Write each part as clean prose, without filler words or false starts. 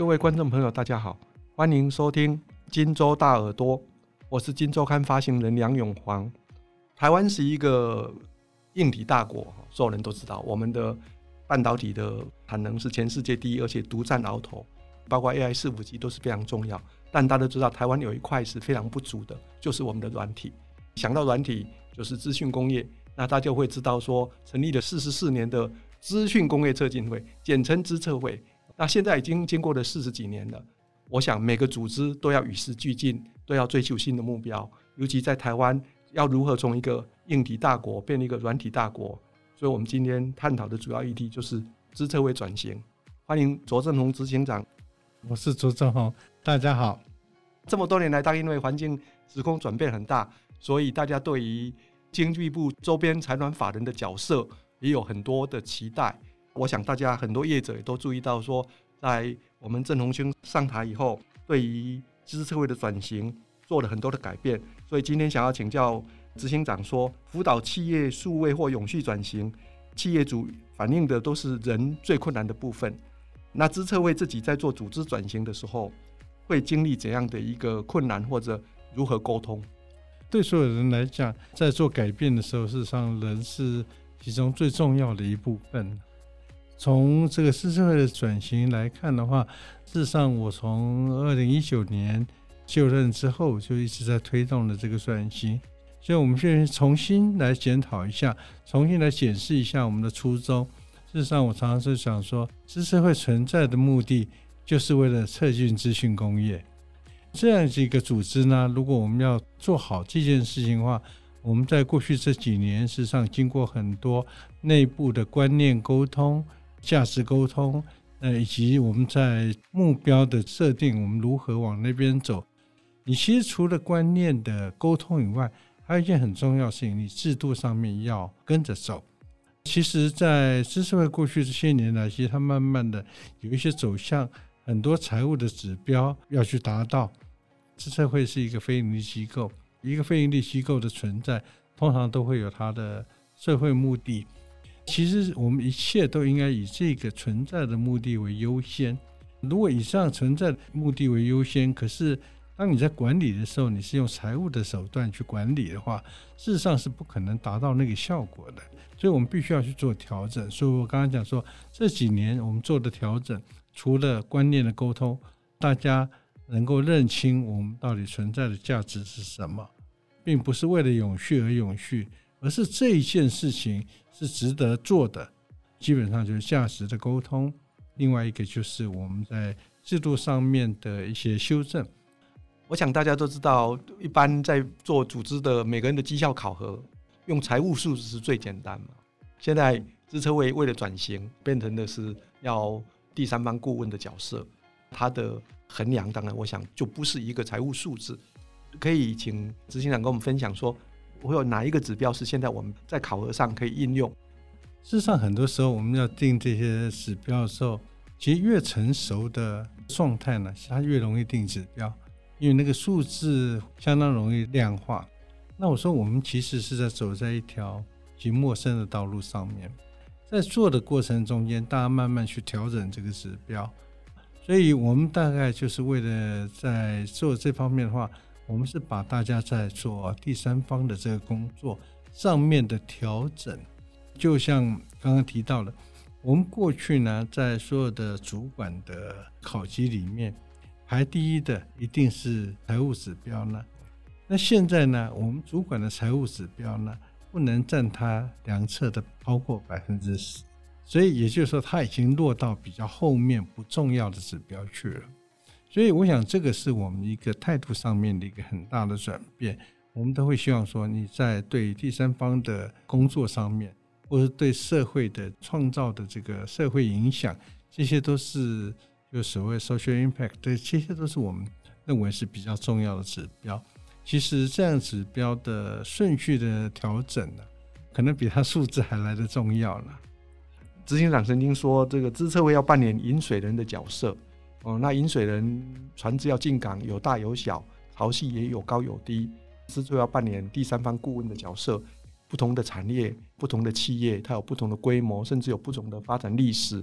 位观众朋友大家好，欢迎收听金州大耳朵，我是金周刊发行人梁永煌。台湾是一个硬体大国，所有人都知道我们的半导体的产能是全世界第一，而且独占鳌头，包括 AI 伺服器都是非常重要。但大家都知道台湾有一块是非常不足的，就是我们的软体。想到软体就是资讯工业，那大家就会知道说成立了44年的资讯工业策进会，简称资策会。那现在已经经过了40几年了，我想每个组织都要与时俱进，都要追求新的目标，尤其在台湾要如何从一个硬体大国变成一个软体大国。所以我们今天探讨的主要议题就是资策会转型。欢迎卓正宏执行长。 我是卓正宏，大家好。 这么多年来，因为环境时空转变很大，所以大家对于经济部周边财团法人的角色也有很多的期待。我想大家很多业者也都注意到说，在我们郑鸿兄上台以后，对于资策会的转型做了很多的改变。所以今天想要请教执行长说，辅导企业数位或永续转型，企业主反映的都是人最困难的部分。那资策会自己在做组织转型的时候，会经历怎样的一个困难，或者如何沟通？ 对所有人来讲，在做改变的时候，事实上人是其中最重要的一部分。从这个资策会的转型来看的话，事实上我从2019年就任之后就一直在推动的这个转型，所以我们现在重新来检讨一下，重新来检视一下我们的初衷。事实上我常常是想说，资策会存在的目的就是为了促进资讯工业这样一个组织呢。如果我们要做好这件事情的话，我们在过去这几年事实上经过很多内部的观念沟通、价值沟通，以及我们在目标的设定，我们如何往那边走。你其实除了观念的沟通以外，还有一件很重要的事情，你制度上面要跟着走。其实在资策会过去这些年来，其实它慢慢的有一些走向，很多财务的指标要去达到。资策会是一个非营利机构，一个非营利机构的存在通常都会有它的社会目的。其实我们一切都应该以这个存在的目的为优先。如果以上存在的目的为优先，可是当你在管理的时候，你是用财务的手段去管理的话，事实上是不可能达到那个效果的。所以我们必须要去做调整。所以我刚刚讲说，这几年我们做的调整，除了观念的沟通，大家能够认清我们到底存在的价值是什么，并不是为了永续而永续，而是这一件事情是值得做的，基本上就是价值的沟通。另外一个就是我们在制度上面的一些修正。 我想大家都知道，一般在做组织的每个人的绩效考核，用财务数字是最简单嘛。现在资策会为了转型，变成的是要第三方顾问的角色，它的衡量当然我想就不是一个财务数字。可以请执行长跟我们分享说，会有哪一个指标是现在我们在考核上可以应用？ 事实上很多时候我们要定这些指标的时候，其实越成熟的状态呢，它越容易定指标，因为那个数字相当容易量化。那我说我们其实是在走在一条极陌生的道路上面，在做的过程中间，大家慢慢去调整这个指标。所以我们大概就是为了在做这方面的话，我们是把大家在做第三方的这个工作上面的调整。就像刚刚提到了，我们过去呢，在所有的主管的考绩里面，排第一的一定是财务指标呢。那现在呢，我们主管的财务指标呢，不能占他量测的超过 10%， 所以也就是说他已经落到比较后面不重要的指标去了。所以我想这个是我们一个态度上面的一个很大的转变。我们都会希望说，你在对第三方的工作上面，或是对社会的创造的这个社会影响，这些都是就所谓 social impact， 这些都是我们认为是比较重要的指标。其实这样指标的顺序的调整呢，可能比它数字还来得重要呢。 执行长曾经说，这个资策会要扮演引水人的角色。那引水人船只要进港，有大有小，潮汐也有高有低。资策会要扮演第三方顾问的角色，不同的产业、不同的企业，它有不同的规模，甚至有不同的发展历史。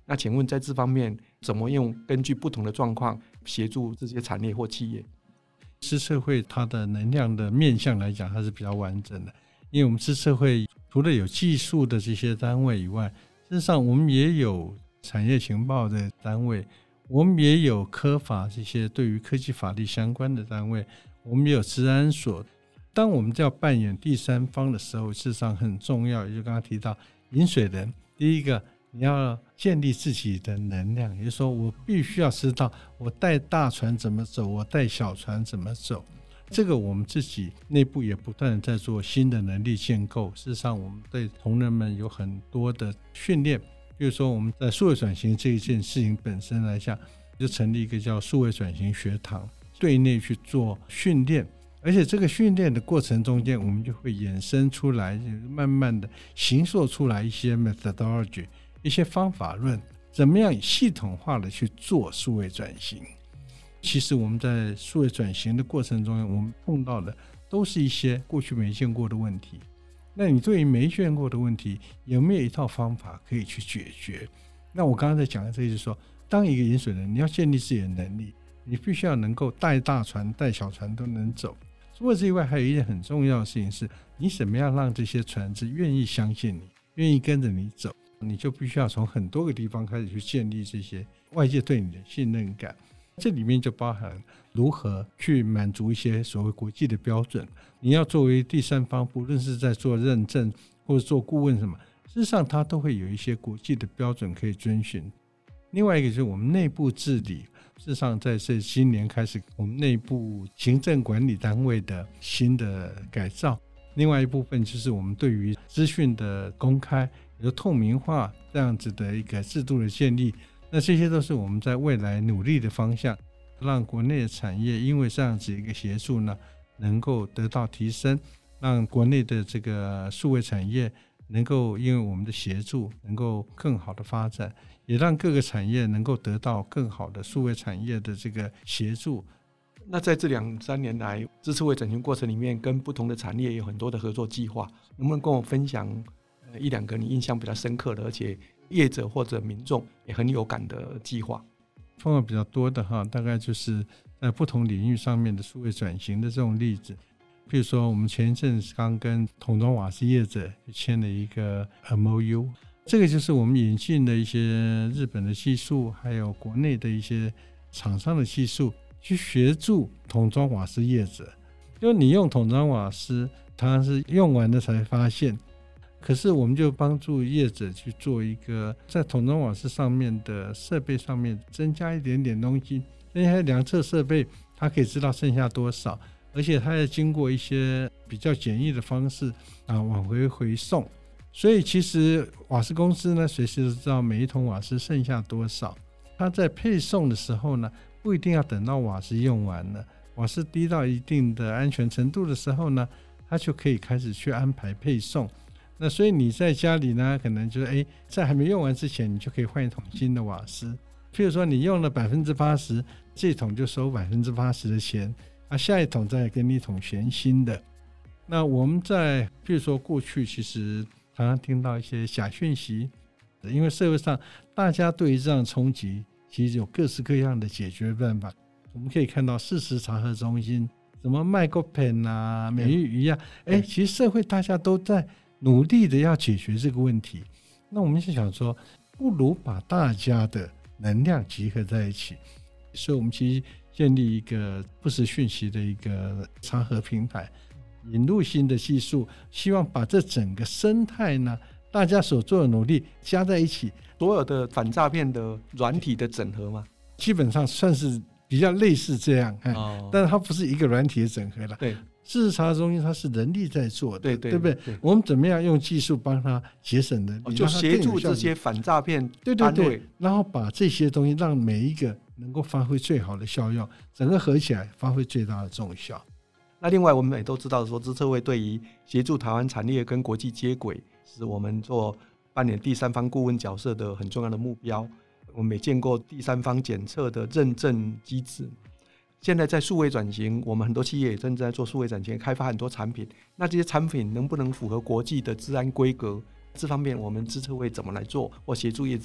那请问在这方面怎么用根据不同的状况协助这些产业或企业？ 资策会它的能量的面向来讲，它是比较完整的，因为我们资策会除了有技术的这些单位以外，事实上我们也有产业情报的单位，我们也有科法这些对于科技法律相关的单位，我们也有治安所。当我们要扮演第三方的时候，事实上很重要，也就刚刚提到引水人，第一个你要建立自己的能量，也就是说我必须要知道我带大船怎么走，我带小船怎么走。这个我们自己内部也不断的在做新的能力建构。事实上我们对同仁们有很多的训练，比如说我们在数位转型这一件事情本身来讲，就成立一个叫数位转型学堂，对内去做训练，而且这个训练的过程中间，我们就会衍生出来，慢慢的形塑出来一些 methodology， 一些方法论，怎么样系统化的去做数位转型。其实我们在数位转型的过程中，我们碰到的都是一些过去没见过的问题。那你对于没见过的问题，有没有一套方法可以去解决？那我刚刚在讲的这就是说，当一个引水人，你要建立自己的能力，你必须要能够带大船带小船都能走。除了这以外，还有一件很重要的事情是，你怎么样让这些船只愿意相信你，愿意跟着你走，你就必须要从很多个地方开始去建立这些外界对你的信任感。这里面就包含如何去满足一些所谓国际的标准。你要作为第三方，不论是在做认证或者做顾问什么，事实上它都会有一些国际的标准可以遵循。另外一个就是我们内部治理，事实上在这今年开始，我们内部行政管理单位的新的改造。另外一部分就是我们对于资讯的公开，有透明化这样子的一个制度的建立。那这些都是我们在未来努力的方向，让国内的产业因为这样子一个协助呢，能够得到提升，让国内的这个数位产业能够因为我们的协助能够更好的发展，也让各个产业能够得到更好的数位产业的这个协助。 那在这2-3年来，资策会转型过程里面，跟不同的产业有很多的合作计划，能不能跟我分享1-2个你印象比较深刻的，而且业者或者民众也很有感的计划？ 碰到比较多的大概就是在不同领域上面的数位转型的这种例子。比如说我们前一阵子刚跟桶装瓦斯业者签了一个 MOU， 这个就是我们引进的一些日本的技术，还有国内的一些厂商的技术，去协助桶装瓦斯业者。因为你用桶装瓦斯，它是用完了才发现，可是我们就帮助业者去做一个在桶装瓦斯上面的设备上面增加一点点东西，那些量测设备它可以知道剩下多少，而且它要经过一些比较简易的方式往回送。所以其实瓦斯公司呢，随时都知道每一桶瓦斯剩下多少，它在配送的时候呢，不一定要等到瓦斯用完了，瓦斯低到一定的安全程度的时候呢，它就可以开始去安排配送。那所以你在家里呢，可能就是在还没用完之前，你就可以换一桶新的瓦斯。譬如说你用了 80%， 这桶就收 80% 的钱，下一桶再给你一桶全新的。那我们在譬如说过去其实常常听到一些假讯息，因为社会上大家对于这样冲击其实有各式各样的解决办法。我们可以看到事实查核中心，什么麦克片啊、美玉鱼啊，其实社会大家都在努力的要解决这个问题。那我们就想说，不如把大家的能量集合在一起，所以我们其实建立一个不实讯息的一个查核平台，引入新的技术，希望把这整个生态呢，大家所做的努力加在一起。 所有的反诈骗的软体的整合吗？ 基本上算是比较类似这样，但是它不是一个软体的整合了。 对， 事实查核中心它是人力在做的， 对不对？我们怎么样用技术帮他节省人力， 就协助这些反诈骗单位， 然后把这些东西让每一个能够发挥最好的效用，整个合起来发挥最大的重效。 那另外我们也都知道说，资策会对于协助台湾产业跟国际接轨，是我们做扮演第三方顾问角色的很重要的目标。我们也见过第三方检测的认证机制。现在在数位转型，我们很多企业也正在做数位转型，开发很多产品。那这些产品能不能符合国际的治安规格？这方面我们资策会怎么来做，或协助业者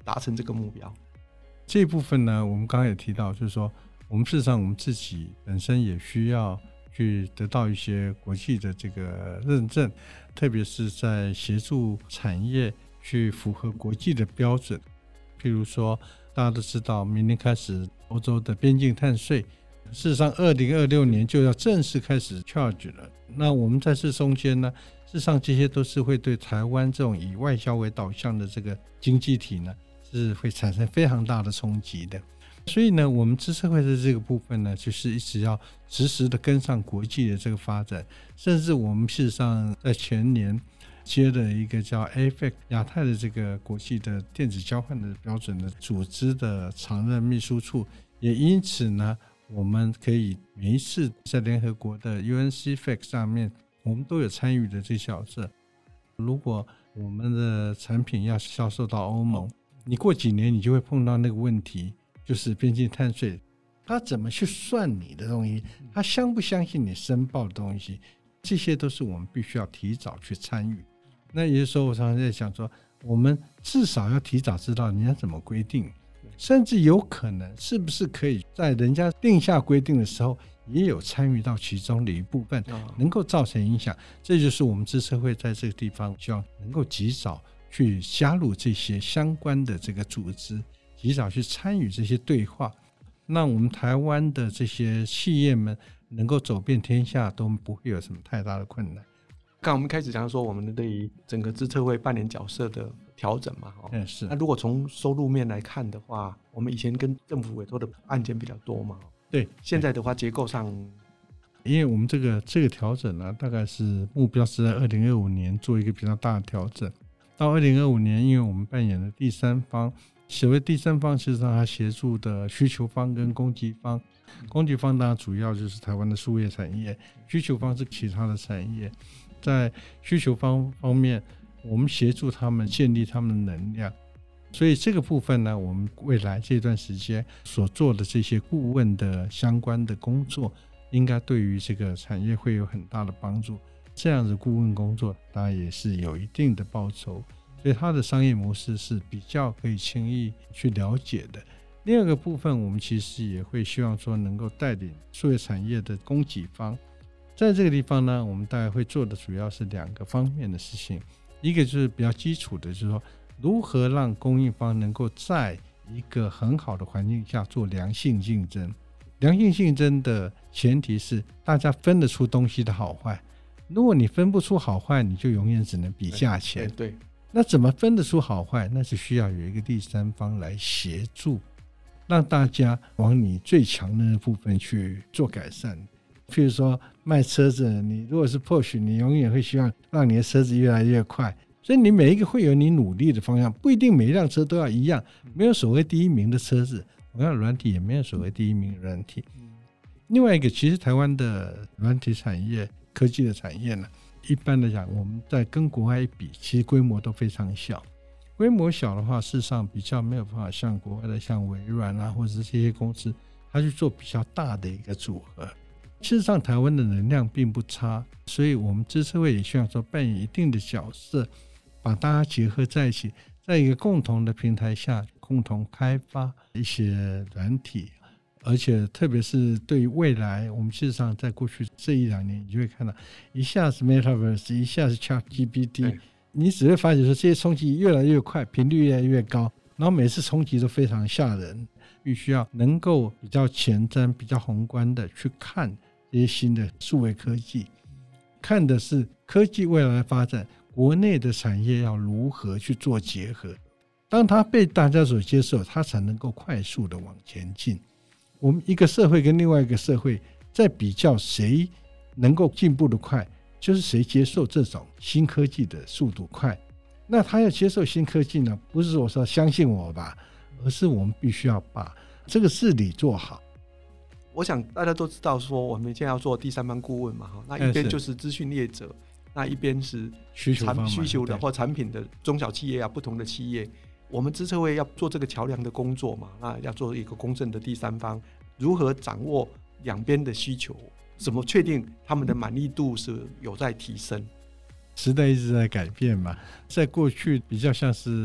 达成这个目标？ 这一部分呢，我们刚刚也提到，就是说我们事实上我们自己本身也需要去得到一些国际的这个认证，特别是在协助产业去符合国际的标准。譬如说大家都知道明年开始欧洲的边境碳税，事实上2026年就要正式开始 charge 了。那我们在这中间呢，事实上这些都是会对台湾这种以外销为导向的这个经济体呢，是会产生非常大的冲击的。所以呢，我们资策会的这个部分呢，就是一直要实时的跟上国际的这个发展，甚至我们事实上在前年接了一个叫 AFEC 亚太的这个国际的电子交换的标准的组织的常任秘书处，也因此呢，我们可以每一次在联合国的 UNCFEC 上面，我们都有参与的这些角色。如果我们的产品要销售到欧盟，你过几年你就会碰到那个问题，就是边境碳税，他怎么去算你的东西，他相不相信你申报的东西，这些都是我们必须要提早去参与。那也就是说，我常常在想说，我们至少要提早知道人家怎么规定，甚至有可能是不是可以在人家定下规定的时候也有参与到其中的一部分，能够造成影响。这就是我们资策会在这个地方希望能够及早去加入这些相关的这个组织，及早去参与这些对话，让我们台湾的这些企业们能够走遍天下，都不会有什么太大的困难。 刚我们开始讲说我们对于整个资策会扮演角色的调整嘛， 是。 那如果从收入面来看的话，我们以前跟政府委托的案件比较多嘛， 对， 现在的话结构上， 因为我们这个调整呢，大概是目标是在2025年做一个比较大的调整。到2025年，因为我们扮演了第三方，所谓第三方，其实上它协助的需求方跟供给方，供给方当然主要就是台湾的数业产业，需求方是其他的产业。在需求方面，我们协助他们建立他们的能量，所以这个部分呢，我们未来这段时间所做的这些顾问的相关的工作，应该对于这个产业会有很大的帮助。这样的顾问工作当然也是有一定的报酬，所以它的商业模式是比较可以轻易去了解的。另二个部分，我们其实也会希望说能够带领数业产业的供给方。在这个地方呢，我们大概会做的主要是2个方面的事情。一个就是比较基础的，就是说如何让供应方能够在一个很好的环境下做良性竞争。良性竞争的前提是大家分得出东西的好坏，如果你分不出好坏，你就永远只能比价钱。 对， 那怎么分得出好坏？那是需要有一个第三方来协助，让大家往你最强的那部分去做改善。譬如说卖车子，你如果是 Porsche， 你永远会希望让你的车子越来越快，所以你每一个会有你努力的方向，不一定每一辆车都要一样，没有所谓第一名的车子，我看软体也没有所谓第一名的软体。另外一个，其实台湾的软体产业、科技的产业呢，一般来讲我们在跟国外一比，其实规模都非常小。规模小的话，事实上比较没有办法像国外的像微软啊，或者是这些公司，它去做比较大的一个组合。事实上台湾的能量并不差，所以我们资策会也希望说扮演一定的角色，把大家结合在一起，在一个共同的平台下共同开发一些软体。而且特别是对于未来，我们事实上在过去这1-2年，你就会看到一下是 Metaverse， 一下是 ChatGPT， 你只会发觉说这些冲击越来越快，频率越来越高，然后每次冲击都非常吓人，必须要能够比较前瞻、比较宏观的去看这些新的数位科技，看的是科技未来的发展，国内的产业要如何去做结合，当它被大家所接受，它才能够快速的往前进。我们一个社会跟另外一个社会在比较谁能够进步的快，就是谁接受这种新科技的速度快。那他要接受新科技呢，不是我说相信我吧，而是我们必须要把这个治理做好。 我想大家都知道说我们现在要做第三方顾问嘛，那一边就是资讯业者，那一边是需求的或产品的中小企业啊，不同的企业。我们资策会要做这个桥梁的工作嘛，那要做一个公正的第三方，如何掌握两边的需求，怎么确定他们的满意度是有在提升。 时代一直在改变嘛，在过去比较像是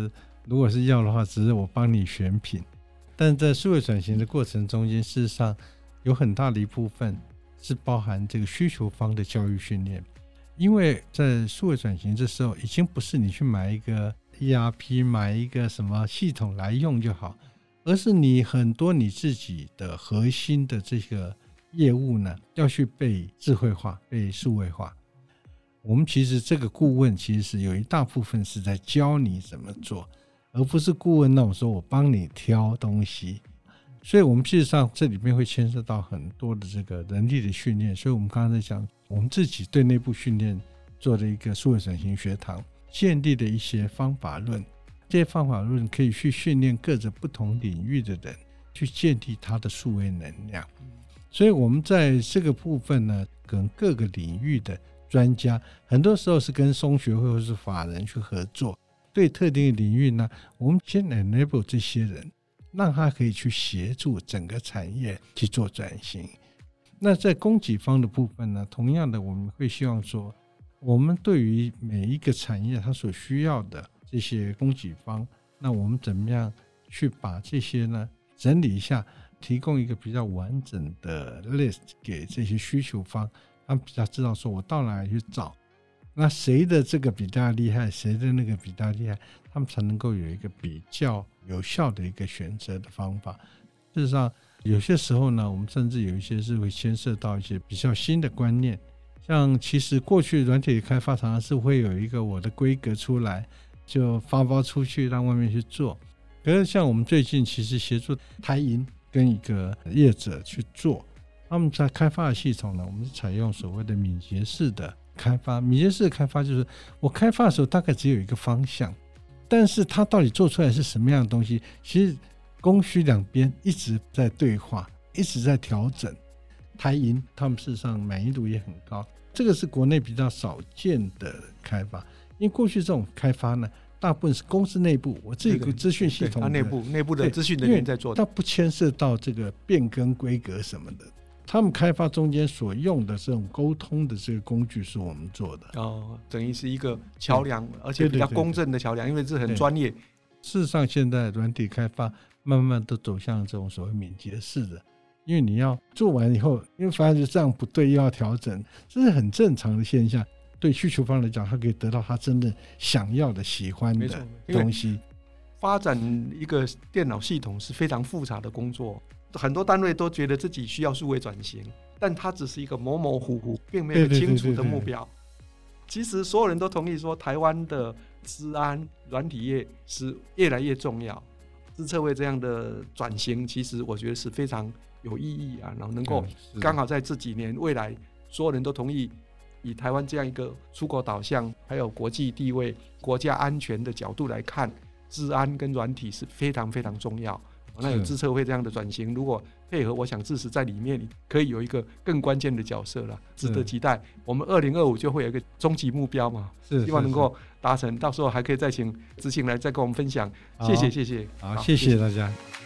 如果是要的话，只是我帮你选品。但在数位转型的过程中间，事实上有很大的一部分是包含这个需求方的教育训练。因为在数位转型这时候，已经不是你去买一个 ERP 买一个什么系统来用就好，而是你很多你自己的核心的这个业务呢，要去被智慧化、被数位化。我们其实这个顾问其实是有一大部分是在教你怎么做，而不是顾问那种说我帮你挑东西。所以我们事实上这里面会牵涉到很多的这个人力的训练。所以我们刚才在讲，我们自己对内部训练做了一个数位转型学堂，建立了一些方法论。这些方法论可以去训练各种不同领域的人，去建立他的数位能量。所以我们在这个部分呢，跟各个领域的专家，很多时候是跟松学会或是法人去合作，对特定的领域呢，我们先 enable 这些人，让他可以去协助整个产业去做转型。那在供给方的部分呢，同样的我们会希望说，我们对于每一个产业它所需要的这些供给方，那我们怎么样去把这些呢整理一下，提供一个比较完整的 list 给这些需求方，他们比较知道说我到哪里去找，那谁的这个比较厉害，谁的那个比较厉害，他们才能够有一个比较有效的一个选择的方法。事实上有些时候呢，我们甚至有一些是会牵涉到一些比较新的观念，像其实过去软体开发常常是会有一个我的规格出来，就发包出去让外面去做。可是像我们最近其实协助台银跟一个业者去做，他们在开发的系统呢，我们是采用所谓的敏捷式的开发。敏捷式的开发就是我开发的时候大概只有一个方向，但是它到底做出来是什么样的东西，其实供需两边一直在对话，一直在调整。台银他们事实上满意度也很高，这个是国内比较少见的开发。因为过去这种开发呢，大部分是公司内部我自己的资讯系统的， 内部的资讯人员在做的， 它不牵涉到这个变更规格什么的。他们开发中间所用的这种沟通的这个工具是我们做的等于是一个桥梁，而且比较公正的桥梁，因为这很专业。 事实上现在软体开发慢慢都走向这种所谓敏捷式的，因为你要做完以后，因为发现这样不对又要调整，这是很正常的现象。对需求方来讲，他可以得到他真的想要的喜欢的东西。 发展一个电脑系统是非常复杂的工作，很多单位都觉得自己需要数位转型，但它只是一个模模糊糊，并没有一个清楚的目标。其实所有人都同意说，台湾的资安软体业是越来越重要。资策会这样的转型，其实我觉得是非常有意义啊，然后能够刚好在这几年未来所有人都同意，以台湾这样一个出口导向还有国际地位国家安全的角度来看，治安跟软体是非常非常重要。那有资策会这样的转型，如果配合，我想自实在里面可以有一个更关键的角色了，值得期待。我们2025就会有一个终极目标嘛，希望能够达成，到时候还可以再请执行来再跟我们分享。谢谢。 好，谢谢大家。